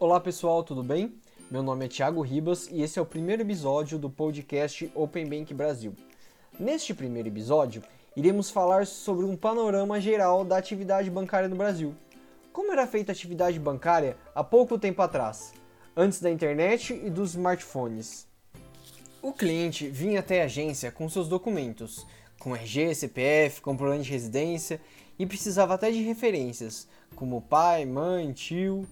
Olá pessoal, tudo bem? Meu nome é Thiago Ribas e esse é o primeiro episódio do podcast Open Bank Brasil. Neste primeiro episódio, iremos falar sobre um panorama geral da atividade bancária no Brasil. Como era feita a atividade bancária há pouco tempo atrás, antes da internet e dos smartphones. O cliente vinha até a agência com seus documentos, com RG, CPF, comprovante de residência e precisava até de referências, como pai, mãe, tio.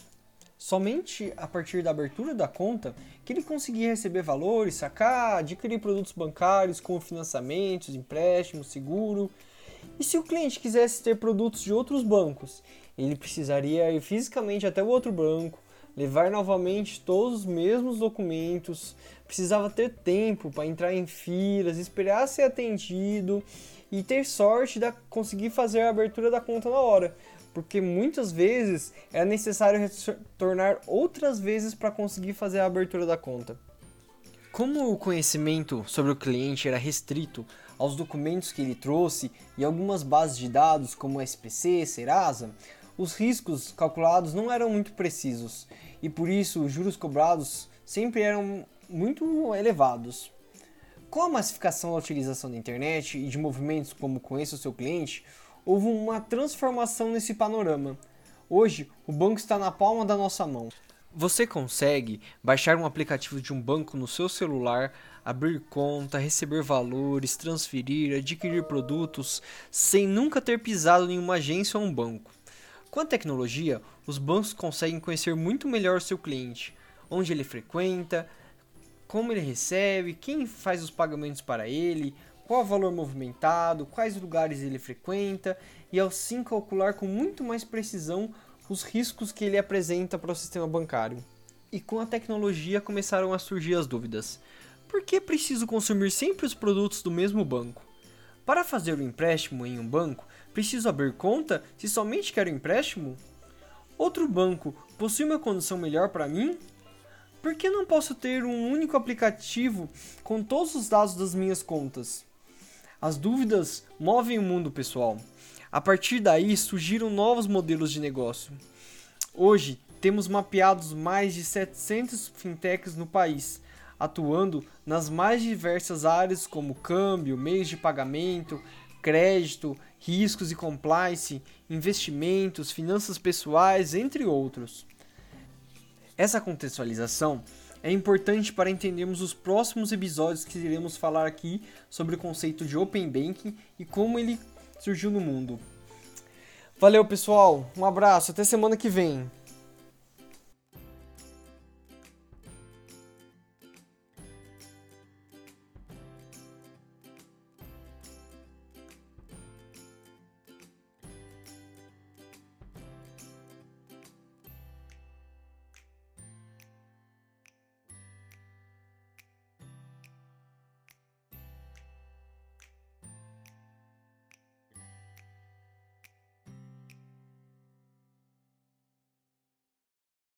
Somente a partir da abertura da conta que ele conseguia receber valores, sacar, adquirir produtos bancários como financiamentos, empréstimos, seguro. E se o cliente quisesse ter produtos de outros bancos, ele precisaria ir fisicamente até o outro banco, levar novamente todos os mesmos documentos, precisava ter tempo para entrar em filas, esperar ser atendido e ter sorte de conseguir fazer a abertura da conta na hora, porque muitas vezes era necessário retornar outras vezes para conseguir fazer a abertura da conta. Como o conhecimento sobre o cliente era restrito aos documentos que ele trouxe e algumas bases de dados como SPC, Serasa, os riscos calculados não eram muito precisos e por isso os juros cobrados sempre eram muito elevados. Com a massificação da utilização da internet e de movimentos como Conheça o Seu Cliente, houve uma transformação nesse panorama. Hoje, o banco está na palma da nossa mão. Você consegue baixar um aplicativo de um banco no seu celular, abrir conta, receber valores, transferir, adquirir produtos, sem nunca ter pisado em uma agência ou um banco. Com a tecnologia, os bancos conseguem conhecer muito melhor o seu cliente, onde ele frequenta, como ele recebe, quem faz os pagamentos para ele, qual o valor movimentado, quais lugares ele frequenta e assim calcular com muito mais precisão os riscos que ele apresenta para o sistema bancário. E com a tecnologia começaram a surgir as dúvidas. Por que preciso consumir sempre os produtos do mesmo banco? Para fazer o empréstimo em um banco, preciso abrir conta se somente quero empréstimo? Outro banco possui uma condição melhor para mim? Por que não posso ter um único aplicativo com todos os dados das minhas contas? As dúvidas movem o mundo, pessoal. A partir daí surgiram novos modelos de negócio. Hoje temos mapeados mais de 700 fintechs no país, atuando nas mais diversas áreas como câmbio, meios de pagamento, crédito, riscos e compliance, investimentos, finanças pessoais, entre outros. Essa contextualização é importante para entendermos os próximos episódios que iremos falar aqui sobre o conceito de Open Banking e como ele surgiu no mundo. Valeu, pessoal, um abraço, até semana que vem.